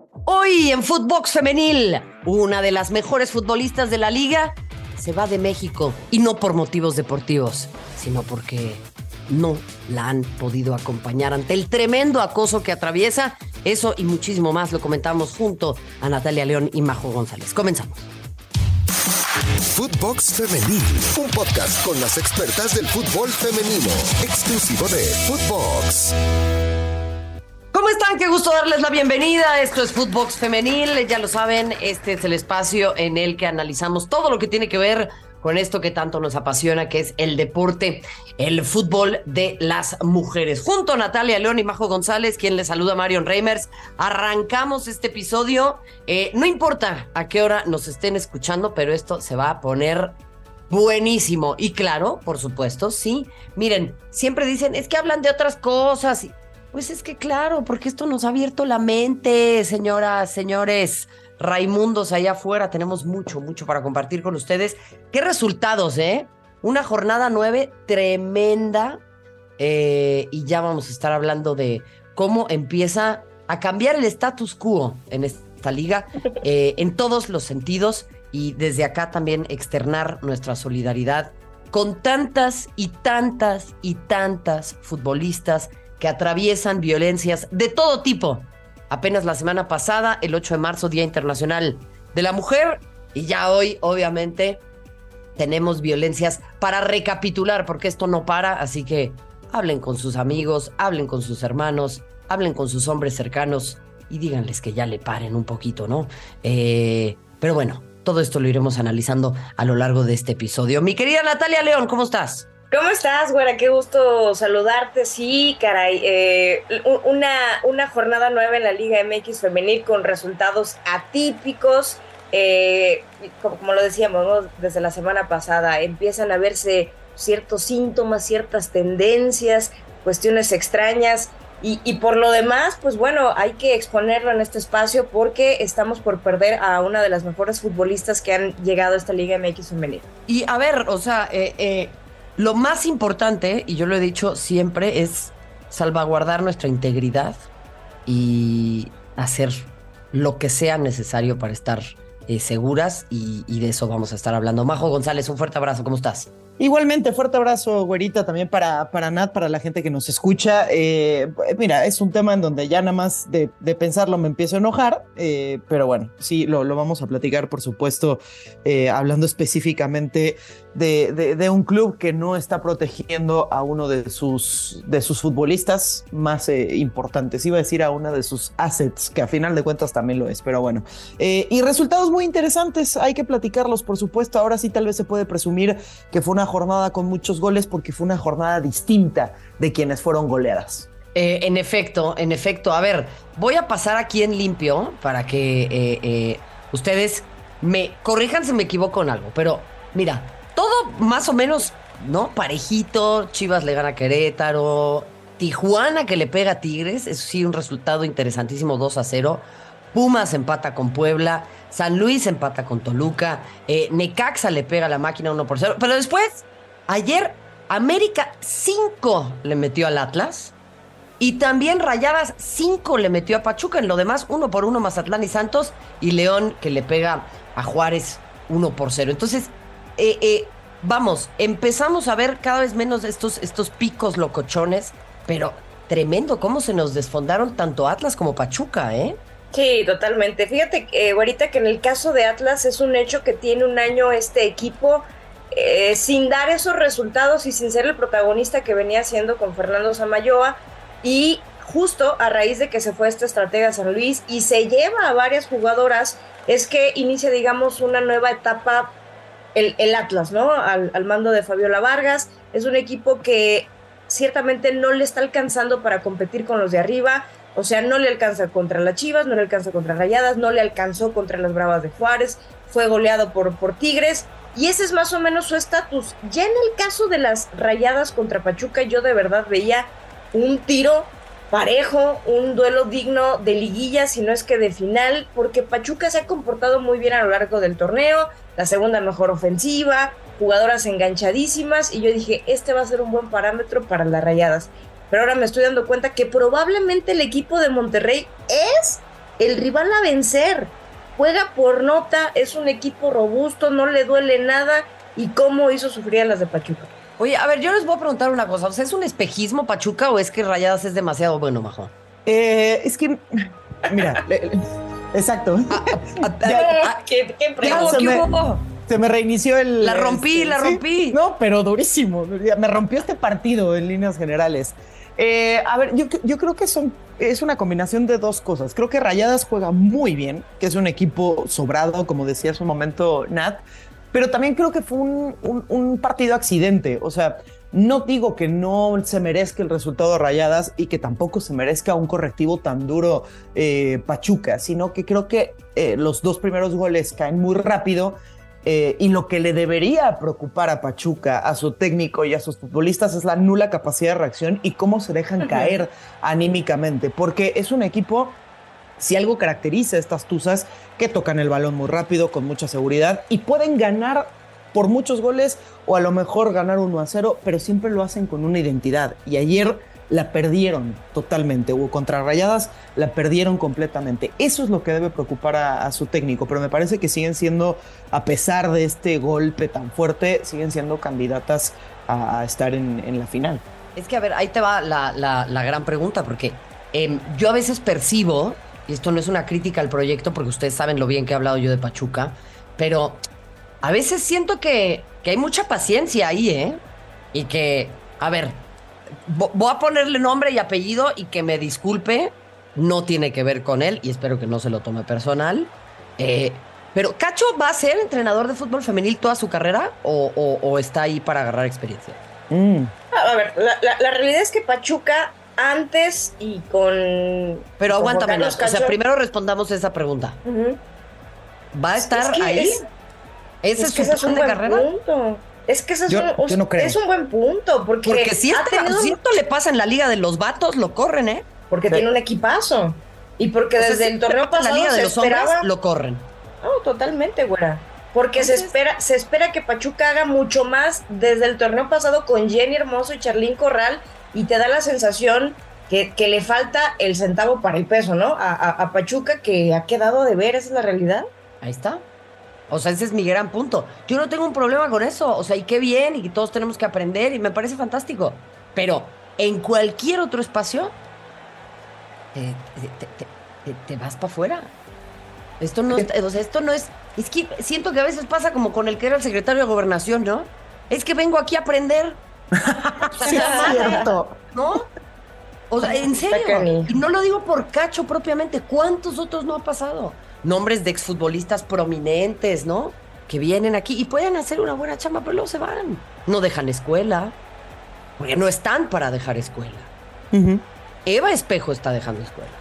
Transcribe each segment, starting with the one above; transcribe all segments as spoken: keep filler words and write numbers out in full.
Hoy en Footbox Femenil, una de las mejores futbolistas de la liga se va de México, y no por motivos deportivos, sino porque no la han podido acompañar ante el tremendo acoso que atraviesa. Eso y muchísimo más lo comentamos junto a Natalia León y Majo González. Comenzamos. Footbox Femenil, un podcast con las expertas del fútbol femenino, exclusivo de Footbox. ¿Cómo están? Qué gusto darles la bienvenida. Esto es Footbox Femenil. Ya lo saben, este es el espacio en el que analizamos todo lo que tiene que ver con esto que tanto nos apasiona, que es el deporte, el fútbol de las mujeres. Junto a Natalia León y Majo González, quien les saluda, Marion Reimers, arrancamos este episodio. Eh, no importa a qué hora nos estén escuchando, pero esto se va a poner buenísimo. Y claro, por supuesto, sí. Miren, siempre dicen, es que hablan de otras cosas. Pues es que claro, porque esto nos ha abierto la mente, señoras, señores, Raimundos allá afuera. Tenemos mucho, mucho para compartir con ustedes. ¿Qué resultados, eh? Una jornada nueve tremenda. Eh, y ya vamos a estar hablando de cómo empieza a cambiar el status quo en esta liga, eh, en todos los sentidos. Y desde acá también externar nuestra solidaridad con tantas y tantas y tantas futbolistas que atraviesan violencias de todo tipo. Apenas la semana pasada, el ocho de marzo, Día Internacional de la Mujer, y ya hoy, obviamente, tenemos violencias para recapitular, porque esto no para, así que hablen con sus amigos, hablen con sus hermanos, hablen con sus hombres cercanos y díganles que ya le paren un poquito, ¿no? Eh, pero bueno, todo esto lo iremos analizando a lo largo de este episodio. Mi querida Natalia León, ¿cómo estás? ¿Cómo estás, güera? Qué gusto saludarte. Sí, caray, eh, una, una jornada nueva en la Liga M X femenil con resultados atípicos, eh, como, como lo decíamos, ¿no? Desde la semana pasada empiezan a verse ciertos síntomas, ciertas tendencias, cuestiones extrañas, y, y por lo demás, pues bueno, hay que exponerlo en este espacio porque estamos por perder a una de las mejores futbolistas que han llegado a esta Liga M X femenil. Y a ver, o sea, eh, eh, lo más importante, y yo lo he dicho siempre, es salvaguardar nuestra integridad y hacer lo que sea necesario para estar eh, seguras, y, y de eso vamos a estar hablando. Majo González, un fuerte abrazo, ¿cómo estás? Igualmente, fuerte abrazo, güerita, también para, para Nat, para la gente que nos escucha. Eh, mira, es un tema en donde ya nada más de, de pensarlo me empiezo a enojar, eh, pero bueno, sí, lo, lo vamos a platicar, por supuesto, eh, hablando específicamente de, de, de un club que no está protegiendo a uno de sus, de sus futbolistas más eh, importantes. Iba a decir a una de sus assets, que a final de cuentas también lo es, pero bueno. Eh, y resultados muy interesantes, hay que platicarlos, por supuesto. Ahora sí tal vez se puede presumir que fue una jornada con muchos goles porque fue una jornada distinta de quienes fueron goleadas. Eh, en efecto, en efecto. A ver, voy a pasar aquí en limpio para que eh, eh, ustedes me corrijan si me equivoco en algo, pero mira, todo más o menos, ¿no? Parejito. Chivas le gana a Querétaro, Tijuana que le pega a Tigres, eso sí, un resultado interesantísimo, dos a cero. Pumas empata con Puebla, San Luis empata con Toluca, eh, Necaxa le pega a la máquina uno por cero, pero después, ayer, América cinco le metió al Atlas, y también Rayadas cinco le metió a Pachuca. En lo demás, uno por uno Mazatlán y Santos, y León que le pega a Juárez uno por cero. Entonces, eh, eh, vamos, empezamos a ver cada vez menos estos, estos picos locochones, pero tremendo cómo se nos desfondaron tanto Atlas como Pachuca, ¿eh? Sí, totalmente. Fíjate, eh, güerita, que en el caso de Atlas es un hecho que tiene un año este equipo eh, sin dar esos resultados y sin ser el protagonista que venía siendo con Fernando Samayoa, y justo a raíz de que se fue esta estratega a San Luis y se lleva a varias jugadoras, es que inicia, digamos, una nueva etapa el, el Atlas, ¿no? Al, al mando de Fabiola Vargas. Es un equipo que ciertamente no le está alcanzando para competir con los de arriba. O sea, no le alcanza contra las Chivas, no le alcanza contra Rayadas, no le alcanzó contra las Bravas de Juárez, fue goleado por, por Tigres, y ese es más o menos su estatus. Ya en el caso de las Rayadas contra Pachuca, yo de verdad veía un tiro parejo, un duelo digno de liguilla, si no es que de final, porque Pachuca se ha comportado muy bien a lo largo del torneo, la segunda mejor ofensiva, jugadoras enganchadísimas, y yo dije, este va a ser un buen parámetro para las Rayadas. Pero ahora me estoy dando cuenta que probablemente el equipo de Monterrey es el rival a vencer. Juega por nota, es un equipo robusto, no le duele nada. ¿Y cómo hizo sufrir a las de Pachuca? Oye, a ver, yo les voy a preguntar una cosa. O sea, ¿es un espejismo Pachuca o es que Rayadas es demasiado bueno, Majo? Eh, es que, mira, le, exacto. Ah, ah, Ya, ah, ¿Qué, qué ¿Qué pregunta? hubo? se ¿Qué me- hubo? Se me reinició el... La rompí, la ¿sí? rompí. No, pero durísimo. Me rompió este partido en líneas generales. Eh, a ver, yo, yo creo que son, es una combinación de dos cosas. Creo que Rayadas juega muy bien, que es un equipo sobrado, como decía hace un momento Nat, pero también creo que fue un, un, un partido accidente. O sea, no digo que no se merezca el resultado de Rayadas y que tampoco se merezca un correctivo tan duro eh, Pachuca, sino que creo que eh, los dos primeros goles caen muy rápido. Eh, y lo que le debería preocupar a Pachuca, a su técnico y a sus futbolistas es la nula capacidad de reacción y cómo se dejan caer anímicamente, porque es un equipo, si algo caracteriza a estas tuzas, que tocan el balón muy rápido, con mucha seguridad y pueden ganar por muchos goles o a lo mejor ganar uno a cero, pero siempre lo hacen con una identidad. Y ayer la perdieron totalmente, o contra Rayadas la perdieron completamente. Eso es lo que debe preocupar a, a su técnico, pero me parece que siguen siendo, a pesar de este golpe tan fuerte, siguen siendo candidatas a, a estar en, en la final. Es que, a ver, ahí te va la, la, la gran pregunta, porque eh, yo a veces percibo, y esto no es una crítica al proyecto, porque ustedes saben lo bien que he hablado yo de Pachuca, pero a veces siento que, que hay mucha paciencia ahí, ¿eh? Y que, a ver, voy a ponerle nombre y apellido y que me disculpe, no tiene que ver con él y espero que no se lo tome personal. Eh, pero, ¿Cacho va a ser entrenador de fútbol femenil toda su carrera o, o, o está ahí para agarrar experiencia? Mm. A ver, la, la, la realidad es que Pachuca antes y con... Pero con aguántame, Juan Carlos Nat, o sea, Cacho- primero respondamos esa pregunta. Ujú. ¿Va a estar Es que ahí? es- ¿Ese es es que su ese es plan un de buen carrera? punto. Es que ese es, Yo- un, yo no creo. es un buen punto, porque, Porque si, ha este, tenido- si esto le pasa en la Liga de los Vatos, lo corren, ¿eh? porque Sí. tiene un equipazo. Y porque O sea, desde si el torneo le pasa en pasado la Liga de se los hombres, esperaba... lo corren. No, totalmente, güera. Porque se Entonces- espera, se espera que Pachuca haga mucho más desde el torneo pasado con Jenny Hermoso y Charlín Corral, y te da la sensación que, que le falta el centavo para el peso, ¿no? A, a, a Pachuca, que ha quedado de ver, esa es la realidad. Ahí está. O sea, ese es mi gran punto. Yo no tengo un problema con eso. O sea, y qué bien, y todos tenemos que aprender, y me parece fantástico. Pero en cualquier otro espacio, te, te, te, te, te vas para afuera. Esto no, está- o sea, esto no es... Es que siento que a veces pasa como con el que era el secretario de Gobernación, ¿no? Es que vengo aquí a aprender. Sí, es cierto. ¿No? O sea, en Está serio. canijo. Y no lo digo por Cacho propiamente. ¿Cuántos otros no ha pasado? Nombres de exfutbolistas prominentes, ¿no? Que vienen aquí y pueden hacer una buena chamba, pero luego se van. No dejan escuela. Porque no están para dejar escuela. Ujú. Eva Espejo está dejando escuela.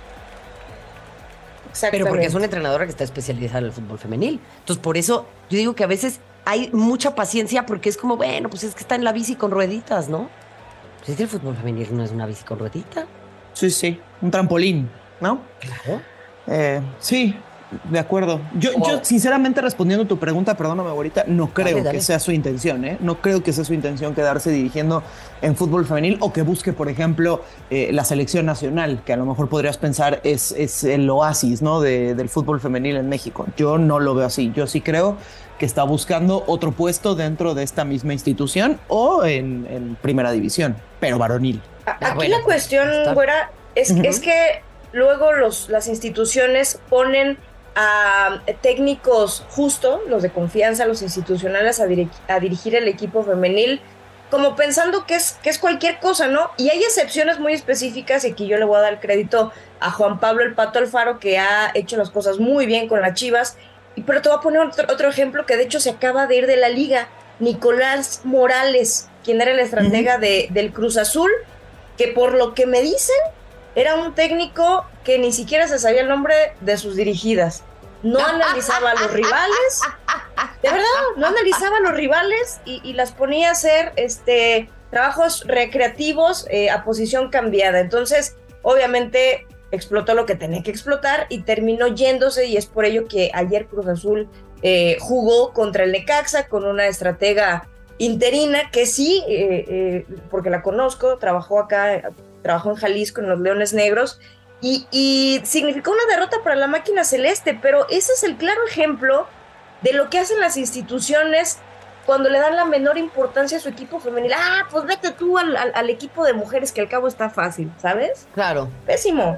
Pero porque es una entrenadora que está especializada en el fútbol femenil. Entonces, por eso yo digo que a veces hay mucha paciencia porque es como, bueno, pues es que está en la bici con rueditas, ¿no? Pues es que el fútbol femenil no es una bici con ruedita. Sí, sí, un trampolín, ¿no? Claro. Eh, sí, de acuerdo. Yo, Wow. yo, sinceramente, respondiendo a tu pregunta, perdóname, ahorita, no creo Dale, dale. que sea su intención, ¿eh? No creo que sea su intención quedarse dirigiendo en fútbol femenil o que busque, por ejemplo, eh, la selección nacional, que a lo mejor podrías pensar es, es el oasis, ¿no? De, del fútbol femenil en México. Yo no lo veo así. Yo sí creo que está buscando otro puesto dentro de esta misma institución o en, en primera división, pero varonil. A- Aquí Ah, bueno, la cuestión, está. güera, es, Ujú. es que luego los, las instituciones ponen a técnicos justo, los de confianza, los institucionales, a, diri- a dirigir el equipo femenil, como pensando que es, que es cualquier cosa, ¿no? Y hay excepciones muy específicas, y aquí yo le voy a dar crédito a Juan Pablo el Pato Alfaro, que ha hecho las cosas muy bien con las Chivas, y, pero te voy a poner otro, otro ejemplo que de hecho se acaba de ir de la liga, Nicolás Morales, quien era el estratega Ujú. de, del Cruz Azul, que por lo que me dicen, era un técnico que ni siquiera se sabía el nombre de sus dirigidas. No analizaba a los rivales, de verdad, no analizaba a los rivales y, y las ponía a hacer este, trabajos recreativos eh, a posición cambiada. Entonces, obviamente, explotó lo que tenía que explotar y terminó yéndose, y es por ello que ayer Cruz Azul eh, jugó contra el Necaxa con una estratega interina que sí, eh, eh, porque la conozco, trabajó acá, trabajó en Jalisco, en los Leones Negros, y, y significó una derrota para la máquina celeste, pero ese es el claro ejemplo de lo que hacen las instituciones cuando le dan la menor importancia a su equipo femenil. Ah, pues vete tú al, al, al equipo de mujeres, que al cabo está fácil, ¿sabes? Claro. Pésimo.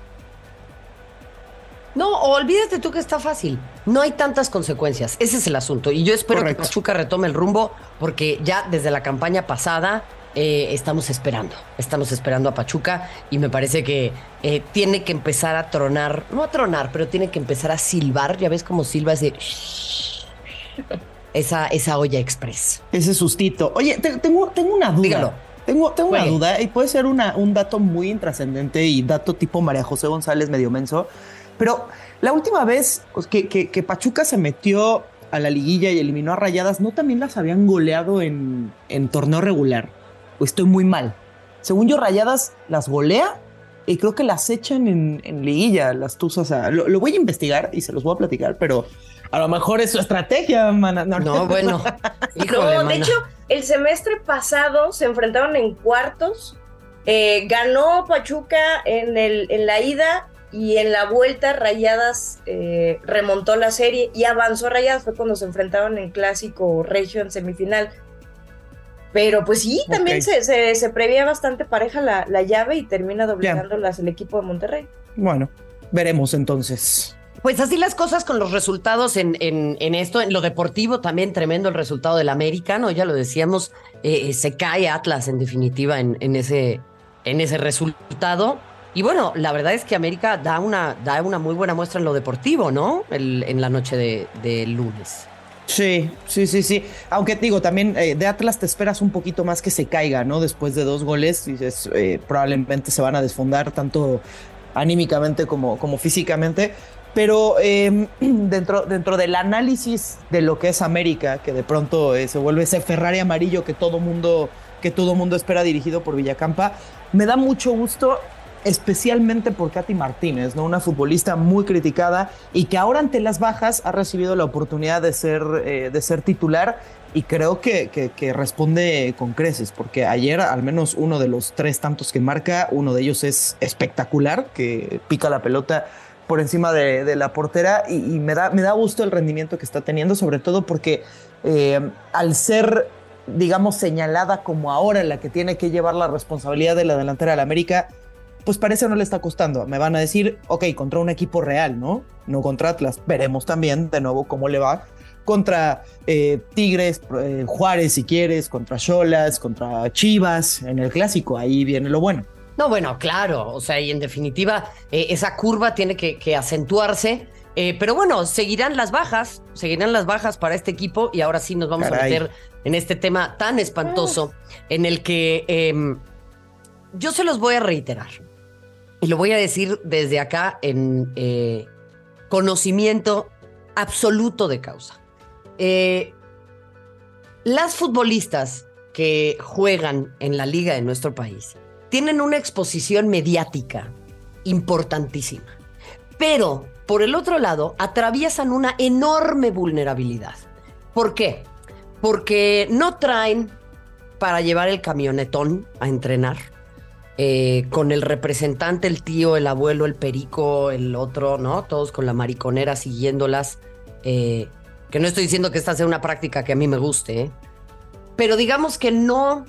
No, o olvídate tú que está fácil. No hay tantas consecuencias. Ese es el asunto. Y yo espero Correcto. que Pachuca retome el rumbo, porque ya desde la campaña pasada eh, estamos esperando. Estamos esperando a Pachuca y me parece que eh, tiene que empezar a tronar, no a tronar, pero tiene que empezar a silbar. Ya ves cómo silba ese... Esa, esa olla express. Ese sustito. Oye, te, tengo, tengo una duda. Dígalo. Tengo, tengo una duda y puede ser una, un dato muy intrascendente y dato tipo María José González medio menso. Pero la última vez que, que, que Pachuca se metió a la liguilla y eliminó a Rayadas, ¿no también las habían goleado en, en torneo regular? ¿O estoy muy mal? Según yo, Rayadas las golea y creo que las echan en, en liguilla, las tuzas. A, lo, lo voy a investigar y se los voy a platicar, pero a lo mejor es su estrategia, mana. No, no bueno. Híjole, no, de mana. hecho, el semestre pasado se enfrentaron en cuartos. Eh, ganó Pachuca en, el, en la ida y en la vuelta Rayadas eh, remontó la serie y avanzó Rayadas. Fue cuando se enfrentaron en Clásico Regio en semifinal. Pero pues sí, también okay. se, se, se prevía bastante pareja la, la llave y termina doblegándolas el equipo de Monterrey. Bueno, veremos entonces. Pues así las cosas con los resultados en, en, en esto, en lo deportivo también tremendo el resultado del América, ¿no? Ya lo decíamos, eh, se cae Atlas en definitiva en, en, ese, en ese resultado. Y bueno, la verdad es que América da una, da una muy buena muestra en lo deportivo, ¿no? El, en la noche de, de lunes. Sí, sí, sí, sí. Aunque digo, también eh, de Atlas te esperas un poquito más que se caiga, ¿no? Después de dos goles, dices, eh, probablemente se van a desfondar tanto anímicamente como, como físicamente. Pero eh, dentro, dentro del análisis de lo que es América, que de pronto eh, se vuelve ese Ferrari amarillo que todo mundo, que todo mundo espera dirigido por Villacampa, me da mucho gusto, especialmente por Katy Martínez, ¿no? Una futbolista muy criticada y que ahora ante las bajas ha recibido la oportunidad de ser, eh, de ser titular y creo que, que, que responde con creces, porque ayer al menos uno de los tres tantos que marca, uno de ellos es espectacular, que pica la pelota por encima de, de la portera y, y me da, me da gusto el rendimiento que está teniendo, sobre todo porque eh, al ser, digamos, señalada como ahora la que tiene que llevar la responsabilidad de la delantera de la América, pues parece no le está costando. Me van a decir, ok, contra un equipo real, ¿no? No contra Atlas. Veremos también de nuevo cómo le va contra eh, Tigres, eh, Juárez si quieres, contra Xolas, contra Chivas, en el clásico, ahí viene lo bueno. No, bueno, claro, o sea, y en definitiva, eh, esa curva tiene que, que acentuarse, eh, pero bueno, seguirán las bajas, seguirán las bajas para este equipo y ahora sí nos vamos Caray. a meter en este tema tan espantoso en el que eh, yo se los voy a reiterar y lo voy a decir desde acá en eh, conocimiento absoluto de causa. Eh, las futbolistas que juegan en la liga de nuestro país tienen una exposición mediática importantísima, pero por el otro lado atraviesan una enorme vulnerabilidad. ¿Por qué? Porque no traen para llevar el camionetón a entrenar eh, con el representante, el tío, el abuelo, el perico, el otro, ¿no? Todos con la mariconera siguiéndolas. Eh, que no estoy diciendo que esta sea una práctica que a mí me guste, ¿eh? Pero digamos que no...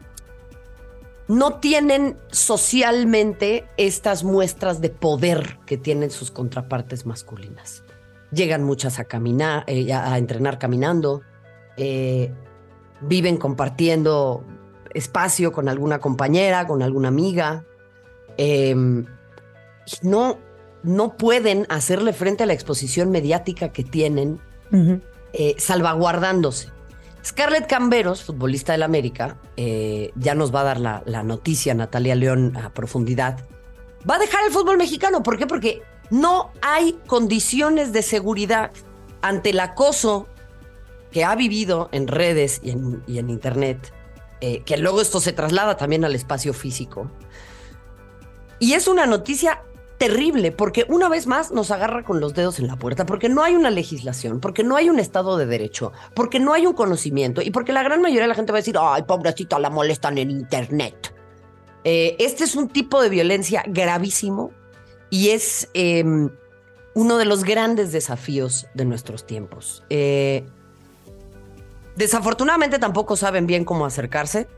no tienen socialmente estas muestras de poder que tienen sus contrapartes masculinas. Llegan muchas a caminar, eh, a entrenar caminando, eh, viven compartiendo espacio con alguna compañera, con alguna amiga. Eh, no, no pueden hacerle frente a la exposición mediática que tienen, uh-huh. eh, salvaguardándose. Scarlett Camberos, futbolista del América, eh, ya nos va a dar la, la noticia, Natalia León, a profundidad. Va a dejar el fútbol mexicano. ¿Por qué? Porque no hay condiciones de seguridad ante el acoso que ha vivido en redes y en, y en internet, eh, que luego esto se traslada también al espacio físico. Y es una noticia terrible, porque una vez más nos agarra con los dedos en la puerta, porque no hay una legislación, porque no hay un Estado de Derecho, porque no hay un conocimiento y porque la gran mayoría de la gente va a decir, ay, pobrecita, la molestan en internet. Eh, este es un tipo de violencia gravísimo y es eh, uno de los grandes desafíos de nuestros tiempos. Eh, desafortunadamente tampoco saben bien cómo acercarse,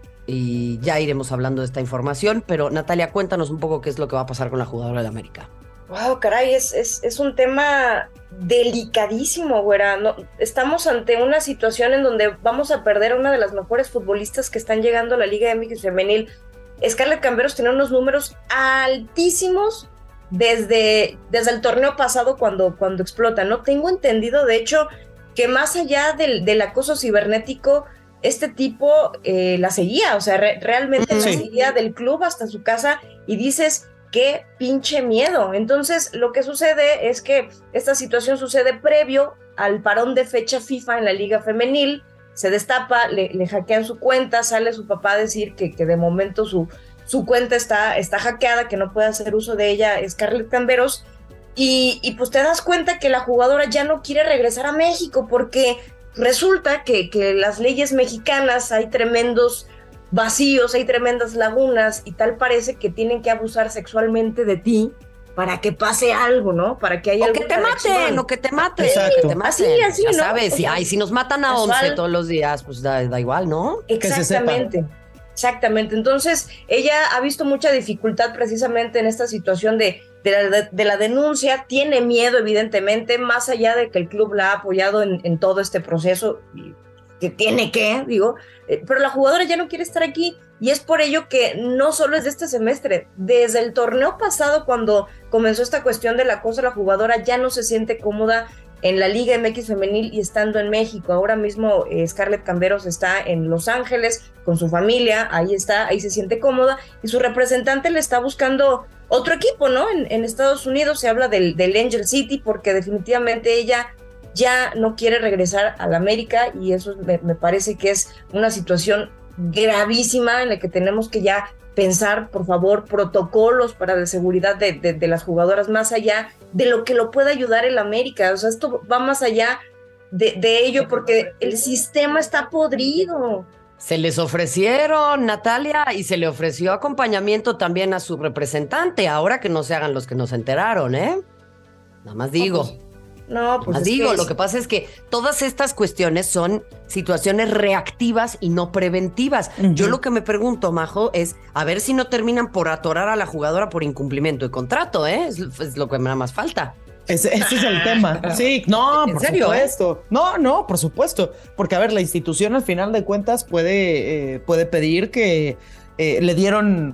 y ya iremos hablando de esta información, pero Natalia, cuéntanos un poco qué es lo que va a pasar con la jugadora de América. Wow, caray, es, es, es un tema delicadísimo, güera. No, estamos ante una situación en donde vamos a perder a una de las mejores futbolistas que están llegando a la Liga M X femenil. Scarlett Camberos tiene unos números altísimos desde, desde el torneo pasado cuando, cuando explota, ¿no? Tengo entendido, de hecho, que más allá del, del acoso cibernético, este tipo eh, la seguía, o sea, re, realmente sí. la seguía del club hasta su casa, y dices... ¡Qué pinche miedo! Entonces, lo que sucede es que esta situación sucede previo al parón de fecha FIFA en la Liga Femenil, se destapa, le, le hackean su cuenta, sale su papá a decir que, que de momento su, su cuenta está, está hackeada, que no puede hacer uso de ella Scarlett Camberos, y, y pues te das cuenta que la jugadora ya no quiere regresar a México, porque resulta que, que las leyes mexicanas hay tremendos... vacíos, hay tremendas lagunas, y tal parece que tienen que abusar sexualmente de ti para que pase algo, ¿no? Para que haya o que te maten, o que te maten, Exacto. que te maten. Así, así, ya ¿no? sabes, O si, sea, ay, si nos matan a casual. once todos los días, pues da, da igual, ¿no? Exactamente, exactamente. Entonces, ella ha visto mucha dificultad precisamente en esta situación de, de, la, de la denuncia, tiene miedo, evidentemente, más allá de que el club la ha apoyado en, en todo este proceso, que tiene que, digo, eh, pero la jugadora ya no quiere estar aquí, y es por ello que no solo es de este semestre, desde el torneo pasado, cuando comenzó esta cuestión del acoso, la jugadora ya no se siente cómoda en la Liga M X femenil y estando en México. Ahora mismo eh, Scarlett Camberos está en Los Ángeles con su familia, ahí está, ahí se siente cómoda, y su representante le está buscando otro equipo, ¿no? En, en Estados Unidos se habla del, del Angel City, porque definitivamente ella ya no quiere regresar a la América, y eso me, me parece que es una situación gravísima en la que tenemos que ya pensar, por favor, protocolos para la seguridad de, de, de las jugadoras, más allá de lo que lo pueda ayudar el América. O sea, esto va más allá de, de ello, porque el sistema está podrido. Se les ofrecieron, Natalia, y se le ofreció acompañamiento también a su representante, ahora que no se hagan los que nos enteraron, ¿eh? Nada más digo. No, pues, No, pues Más es digo, que lo es... que pasa es que todas estas cuestiones son situaciones reactivas y no preventivas. Uh-huh. Yo lo que me pregunto, Majo, es a ver si no terminan por atorar a la jugadora por incumplimiento de contrato, ¿eh? Es, es lo que me da más falta. Ese, ese es el tema. Sí, no, ¿En por serio, supuesto. Eh? No, no, por supuesto. Porque, a ver, la institución al final de cuentas puede, eh, puede pedir que eh, le dieron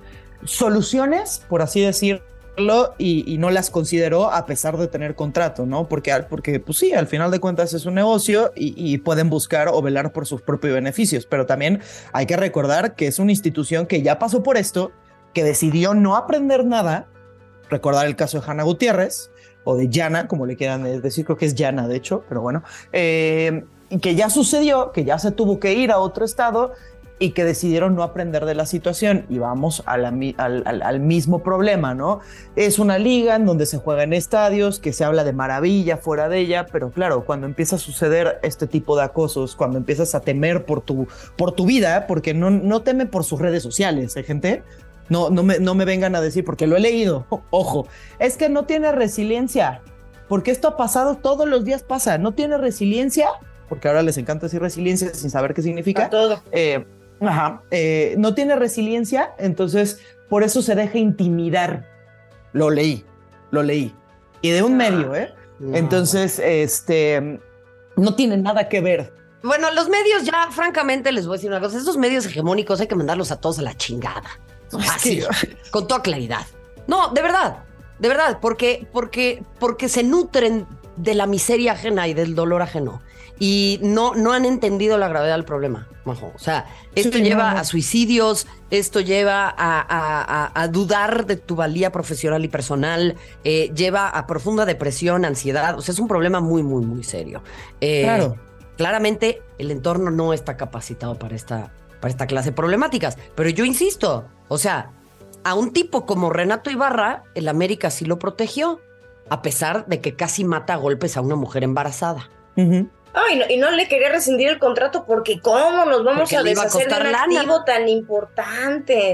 soluciones, por así decirlo, Y, y no las consideró a pesar de tener contrato, ¿no? Porque, porque pues sí, al final de cuentas es un negocio, y, y pueden buscar o velar por sus propios beneficios, pero también hay que recordar que es una institución que ya pasó por esto, que decidió no aprender nada. Recordar el caso de Hanna Gutiérrez, o de Yana, como le quieran decir, creo que es Yana, de hecho, pero bueno, eh, que ya sucedió, que ya se tuvo que ir a otro estado, y que decidieron no aprender de la situación, y vamos a la, al, al, al mismo problema, ¿no? Es una liga en donde se juega en estadios, que se habla de maravilla fuera de ella, pero claro, cuando empieza a suceder este tipo de acosos, cuando empiezas a temer por tu, por tu vida, porque no, no teme por sus redes sociales, ¿eh, gente? No, no, me, no me vengan a decir, porque lo he leído, ojo, es que no tiene resiliencia, porque esto ha pasado, todos los días pasa, no tiene resiliencia, porque ahora les encanta decir resiliencia sin saber qué significa. A todo. Eh, Ajá, eh, no tiene resiliencia, entonces por eso se deja intimidar. Lo leí, lo leí. Y de un medio, ¿eh? No. Entonces, este, no tiene nada que ver. Bueno, los medios ya, francamente, les voy a decir una cosa. Esos medios hegemónicos hay que mandarlos a todos a la chingada. Así, con toda claridad. No, de verdad, de verdad, porque, porque, porque se nutren de la miseria ajena y del dolor ajeno. Y no, no han entendido la gravedad del problema, Majo. O sea, esto sí, lleva no, no. a suicidios, esto lleva a, a, a, a dudar de tu valía profesional y personal, eh, lleva a profunda depresión, ansiedad. O sea, es un problema muy, muy, muy serio. Eh, claro. Claramente, el entorno no está capacitado para esta, para esta clase de problemáticas. Pero yo insisto, o sea, a un tipo como Renato Ibarra, el América sí lo protegió, a pesar de que casi mata a golpes a una mujer embarazada. Uh-huh. Ay, no, y no le quería rescindir el contrato porque ¿cómo nos vamos porque a deshacer de un lana. activo tan importante?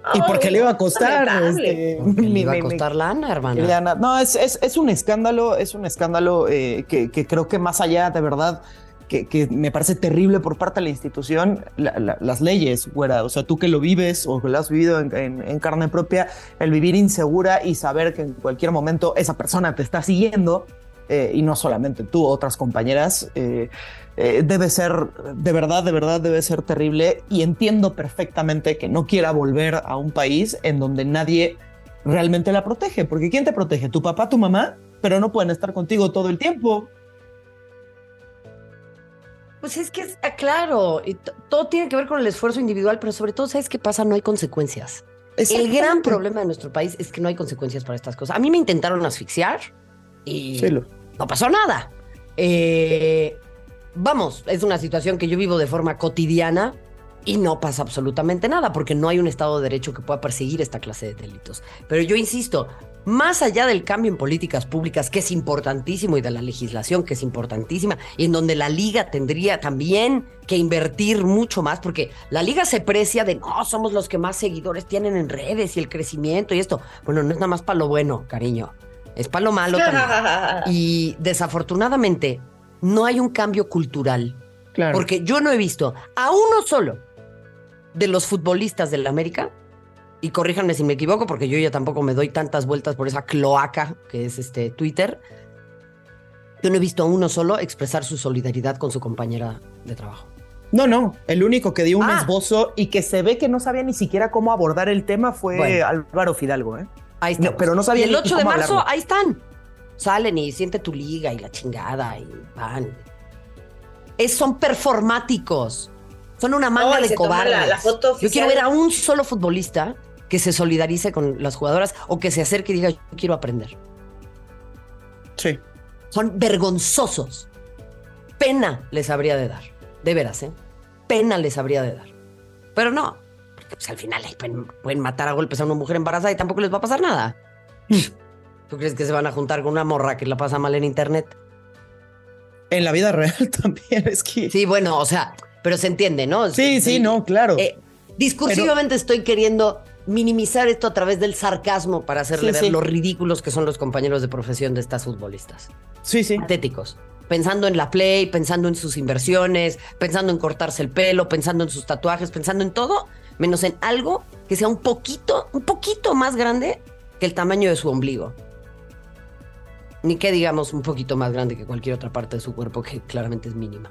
Y porque le iba a costar. Este, le iba a costar mi, lana, hermana. No, es, es, es un escándalo, es un escándalo eh, que, que creo que más allá, de verdad, que, que me parece terrible por parte de la institución, la, la, las leyes, güera. O sea, tú que lo vives o que lo has vivido en, en, en carne propia, el vivir insegura y saber que en cualquier momento esa persona te está siguiendo, eh, y no solamente tú, otras compañeras, eh, Eh, debe ser, de verdad, de verdad, debe ser terrible, y entiendo perfectamente que no quiera volver a un país en donde nadie realmente la protege, porque ¿quién te protege? ¿Tu papá, tu mamá? Pero no pueden estar contigo todo el tiempo. Pues es que, es, claro, y todo tiene que ver con el esfuerzo individual, pero sobre todo, ¿sabes qué pasa? No hay consecuencias. El gran problema de nuestro país es que no hay consecuencias para estas cosas. A mí me intentaron asfixiar y sí, lo... no pasó nada. Eh... Vamos, es una situación que yo vivo de forma cotidiana y no pasa absolutamente nada porque no hay un Estado de Derecho que pueda perseguir esta clase de delitos. Pero yo insisto, más allá del cambio en políticas públicas, que es importantísimo, y de la legislación, que es importantísima, y en donde la Liga tendría también que invertir mucho más, porque la Liga se precia de, no, somos los que más seguidores tienen en redes y el crecimiento y esto. Bueno, no es nada más para lo bueno, cariño, es para lo malo también. Y desafortunadamente no hay un cambio cultural. Claro. Porque yo no he visto a uno solo de los futbolistas del América, y corríjanme si me equivoco, porque yo ya tampoco me doy tantas vueltas por esa cloaca que es este Twitter. Yo no he visto a uno solo expresar su solidaridad con su compañera de trabajo. No, no. El único que dio un ah. esbozo y que se ve que no sabía ni siquiera cómo abordar el tema fue bueno. Álvaro Fidalgo, ¿eh? Ahí está. No, pero no sabía. Y el ni ocho cómo de marzo, hablarlo. Ahí están. Salen y siente tu liga y la chingada y van. Es, son performáticos. Son una manga no, de cobardes. La, la foto yo quiero ver a un solo futbolista que se solidarice con las jugadoras o que se acerque y diga, yo quiero aprender. Sí. Son vergonzosos. Pena les habría de dar. De veras, ¿eh? Pena les habría de dar. Pero no. Porque pues, al final pueden, pueden matar a golpes a una mujer embarazada y tampoco les va a pasar nada. ¿Tú crees que se van a juntar con una morra que la pasa mal en internet? En la vida real también, es que... Sí, bueno, o sea, pero se entiende, ¿no? Sí, sí, sí no, claro. Eh, discursivamente pero... estoy queriendo minimizar esto a través del sarcasmo para hacerle sí, ver sí. lo ridículos que son los compañeros de profesión de estas futbolistas. Sí, sí. Patéticos. Pensando en la play, pensando en sus inversiones, pensando en cortarse el pelo, pensando en sus tatuajes, pensando en todo, menos en algo que sea un poquito, un poquito más grande que el tamaño de su ombligo. Ni que digamos un poquito más grande que cualquier otra parte de su cuerpo, que claramente es mínima.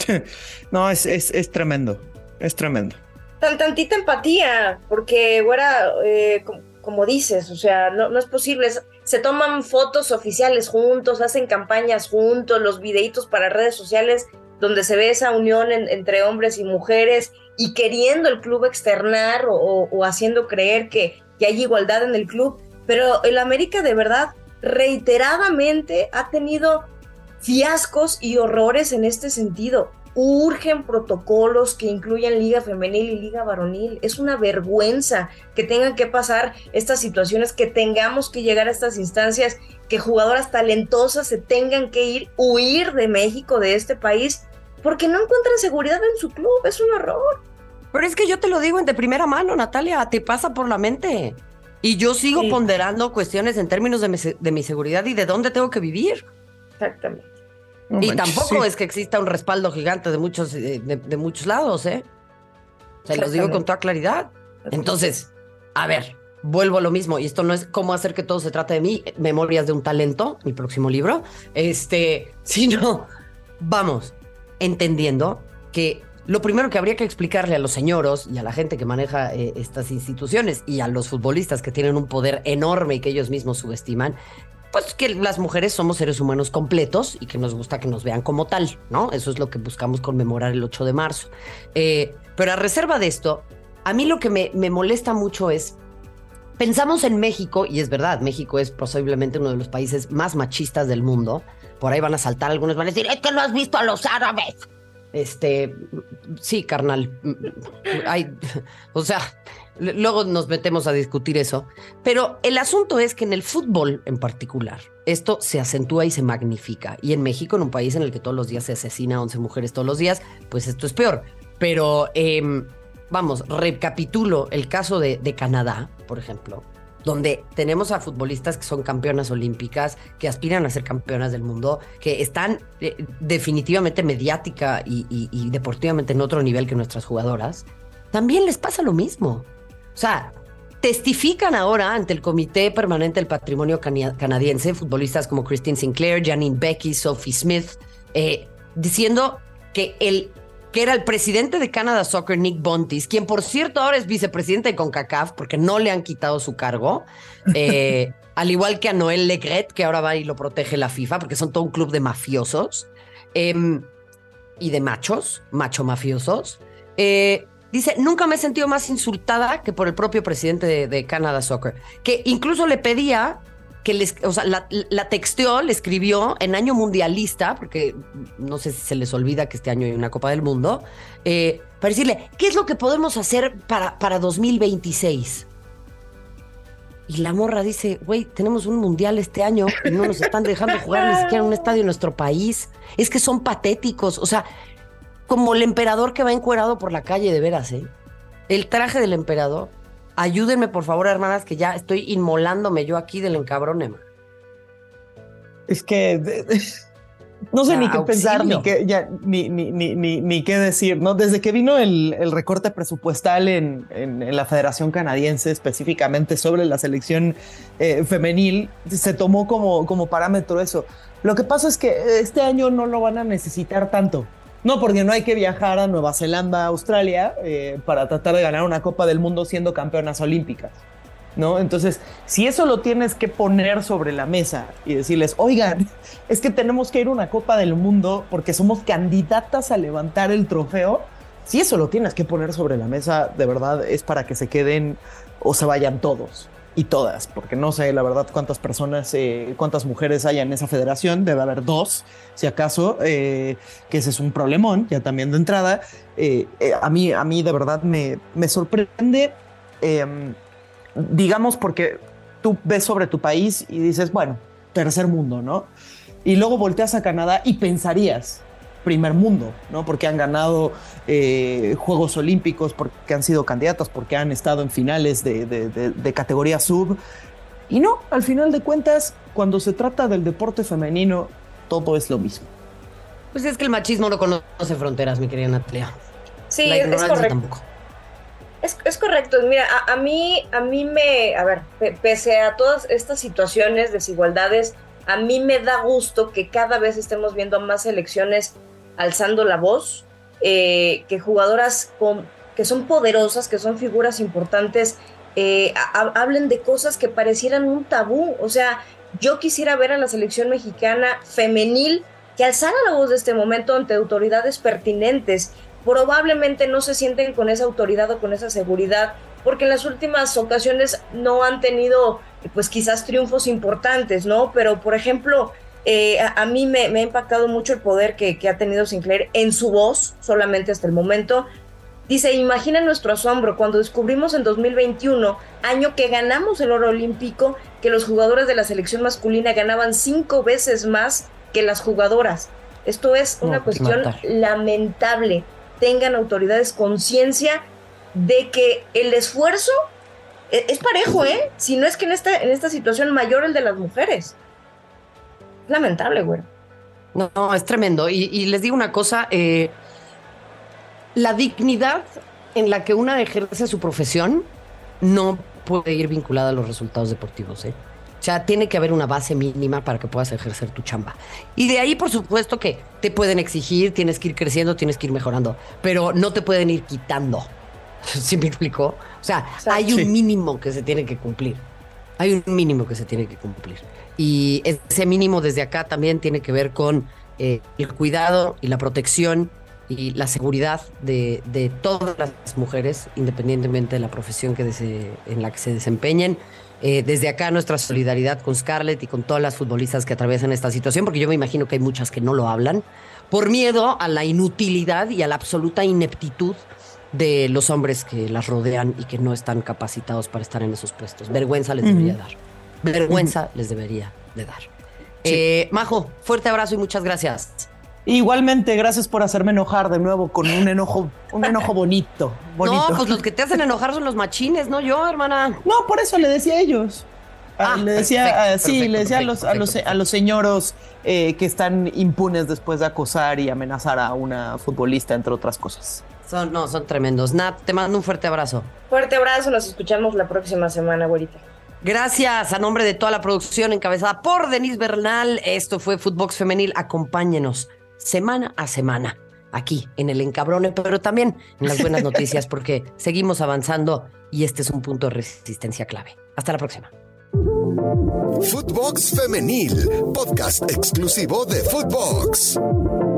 No, es, es, es tremendo, es tremendo. Tan tantita empatía, porque, güera, eh, como, como dices, o sea, no, no es posible. Se toman fotos oficiales juntos, hacen campañas juntos, los videitos para redes sociales donde se ve esa unión en, entre hombres y mujeres y queriendo el club externar o, o, o haciendo creer que, que hay igualdad en el club. Pero el América de verdad reiteradamente ha tenido fiascos y horrores en este sentido. Urgen protocolos que incluyan liga femenil y liga varonil. Es una vergüenza que tengan que pasar estas situaciones, que tengamos que llegar a estas instancias, que jugadoras talentosas se tengan que ir, huir de México, de este país, porque no encuentran seguridad en su club. Es un horror. Pero es que yo te lo digo de primera mano, Natalia, te pasa por la mente. Y yo sigo sí. ponderando cuestiones en términos de mi, de mi seguridad y de dónde tengo que vivir. Exactamente. No y manches, tampoco sí. es que exista un respaldo gigante de muchos, de, de, de muchos lados, ¿eh? Se los digo con toda claridad. Entonces, a ver, vuelvo a lo mismo. Y esto no es cómo hacer que todo se trate de mí. Memorias de un talento, mi próximo libro. Este, sino, vamos, entendiendo que lo primero que habría que explicarle a los señoros y a la gente que maneja eh, estas instituciones y a los futbolistas que tienen un poder enorme y que ellos mismos subestiman, pues que las mujeres somos seres humanos completos y que nos gusta que nos vean como tal, ¿no? Eso es lo que buscamos conmemorar el ocho de marzo. Eh, pero a reserva de esto, a mí lo que me, me molesta mucho es, pensamos en México, y es verdad, México es posiblemente uno de los países más machistas del mundo. Por ahí van a saltar algunos, van a decir, es que no has visto a los árabes. Este, sí, carnal. Hay, o sea, luego nos metemos a discutir eso. Pero el asunto es que en el fútbol en particular, esto se acentúa y se magnifica. Y en México, en un país en el que todos los días se asesina a once mujeres todos los días, pues esto es peor. Pero eh, vamos, recapitulo el caso de, de Canadá, por ejemplo, donde tenemos a futbolistas que son campeonas olímpicas, que aspiran a ser campeonas del mundo, que están eh, definitivamente mediática y, y, y deportivamente en otro nivel que nuestras jugadoras, también les pasa lo mismo. O sea, testifican ahora ante el Comité Permanente del Patrimonio Cani- Canadiense futbolistas como Christine Sinclair, Janine Becky, Sophie Smith, eh, diciendo que el que era el presidente de Canada Soccer, Nick Bontis, quien por cierto ahora es vicepresidente de CONCACAF porque no le han quitado su cargo, eh, al igual que a Noël Le Graët, que ahora va y lo protege la FIFA porque son todo un club de mafiosos eh, y de machos, macho mafiosos. Eh, dice, nunca me he sentido más insultada que por el propio presidente de, de Canada Soccer, que incluso le pedía que les, o sea, la, la texteó, le escribió en año mundialista, porque no sé si se les olvida que este año hay una Copa del Mundo, eh, para decirle, ¿qué es lo que podemos hacer para, para dos mil veintiséis? Y la morra dice, güey, tenemos un mundial este año y no nos están dejando jugar ni siquiera en un estadio en nuestro país. Es que son patéticos, o sea, como el emperador que va encuerado por la calle, de veras, ¿eh? El traje del emperador. Ayúdenme, por favor, hermanas, que ya estoy inmolándome yo aquí del encabrone, man. Es que de, de, no sé ya, ni qué auxilio. pensar, ni qué, ya, ni, ni, ni, ni, ni qué decir, ¿no? Desde que vino el, el recorte presupuestal en, en, en la Federación Canadiense, específicamente sobre la selección eh, femenil, se tomó como, como parámetro eso. Lo que pasa es que este año no lo van a necesitar tanto. No, porque no hay que viajar a Nueva Zelanda, Australia, eh, para tratar de ganar una Copa del Mundo siendo campeonas olímpicas, ¿no? Entonces, si eso lo tienes que poner sobre la mesa y decirles, oigan, es que tenemos que ir a una Copa del Mundo porque somos candidatas a levantar el trofeo, si eso lo tienes que poner sobre la mesa, de verdad es para que se queden o se vayan todos. Y todas, porque no sé la verdad cuántas personas, eh, cuántas mujeres hay en esa federación, debe haber dos, si acaso, eh, que ese es un problemón, ya también de entrada. Eh, eh, a, mí, a mí de verdad me, me sorprende, eh, digamos, porque tú ves sobre tu país y dices, bueno, tercer mundo, ¿no? Y luego volteas a Canadá y pensarías, primer mundo, ¿no? Porque han ganado eh, Juegos Olímpicos, porque han sido candidatas, porque han estado en finales de, de, de, de categoría sub. Y no, al final de cuentas, cuando se trata del deporte femenino, todo es lo mismo. Pues es que el machismo no conoce fronteras, mi querida Natalia. Sí, La es correcto. Tampoco. Es, es correcto. Mira, a, a mí, a mí me, a ver, pe, pese a todas estas situaciones, desigualdades, a mí me da gusto que cada vez estemos viendo más selecciones alzando la voz, eh, que jugadoras con, que son poderosas, que son figuras importantes, eh, a, hablen de cosas que parecieran un tabú. O sea, yo quisiera ver a la selección mexicana femenil que alzara la voz de este momento ante autoridades pertinentes. Probablemente no se sienten con esa autoridad o con esa seguridad, porque en las últimas ocasiones no han tenido, pues quizás triunfos importantes, ¿no? Pero, por ejemplo, Eh, a, a mí me, me ha impactado mucho el poder que, que ha tenido Sinclair en su voz, solamente hasta el momento. Dice, imagina nuestro asombro cuando descubrimos en dos mil veintiuno, año que ganamos el oro olímpico, que los jugadores de la selección masculina ganaban cinco veces más que las jugadoras. Esto es una no, cuestión lamentable. Tengan autoridades conciencia de que el esfuerzo es, es parejo, ¿eh? Si no es que en esta, en esta situación mayor el de las mujeres. Lamentable, güey. No, no, es tremendo. Y, y les digo una cosa, eh, la dignidad en la que una ejerce su profesión no puede ir vinculada a los resultados deportivos, ¿eh? O sea, tiene que haber una base mínima para que puedas ejercer tu chamba. Y de ahí, por supuesto, que te pueden exigir, tienes que ir creciendo, tienes que ir mejorando, pero no te pueden ir quitando. ¿Sí me explicó? O sea, o sea hay un sí. mínimo que se tiene que cumplir. Hay un mínimo que se tiene que cumplir. Y ese mínimo desde acá también tiene que ver con eh, el cuidado y la protección y la seguridad de, de todas las mujeres, independientemente de la profesión que dese, en la que se desempeñen. Eh, desde acá nuestra solidaridad con Scarlett y con todas las futbolistas que atraviesan esta situación, porque yo me imagino que hay muchas que no lo hablan, por miedo a la inutilidad y a la absoluta ineptitud de los hombres que las rodean y que no están capacitados para estar en esos puestos. Vergüenza les debería uh-huh. dar. Vergüenza uh-huh. les debería de dar. Sí. Eh, Majo, fuerte abrazo y muchas gracias. Igualmente, gracias por hacerme enojar de nuevo con un enojo, un enojo bonito, bonito. No, pues los que te hacen enojar son los machines, no yo, hermana. No, por eso le decía a ellos. Ah, le decía, perfecto, uh, sí, perfecto, le decía perfecto, a los, perfecto, a los, perfecto. a los señoros eh, que están impunes después de acosar y amenazar a una futbolista, entre otras cosas. Son, no, son tremendos. Nat, te mando un fuerte abrazo. Fuerte abrazo, nos escuchamos la próxima semana, güerita. Gracias a nombre de toda la producción encabezada por Denise Bernal. Esto fue Footbox Femenil. Acompáñenos semana a semana aquí en el Encabrone, pero también en las buenas noticias porque seguimos avanzando y este es un punto de resistencia clave. Hasta la próxima. Footbox Femenil, podcast exclusivo de Footbox.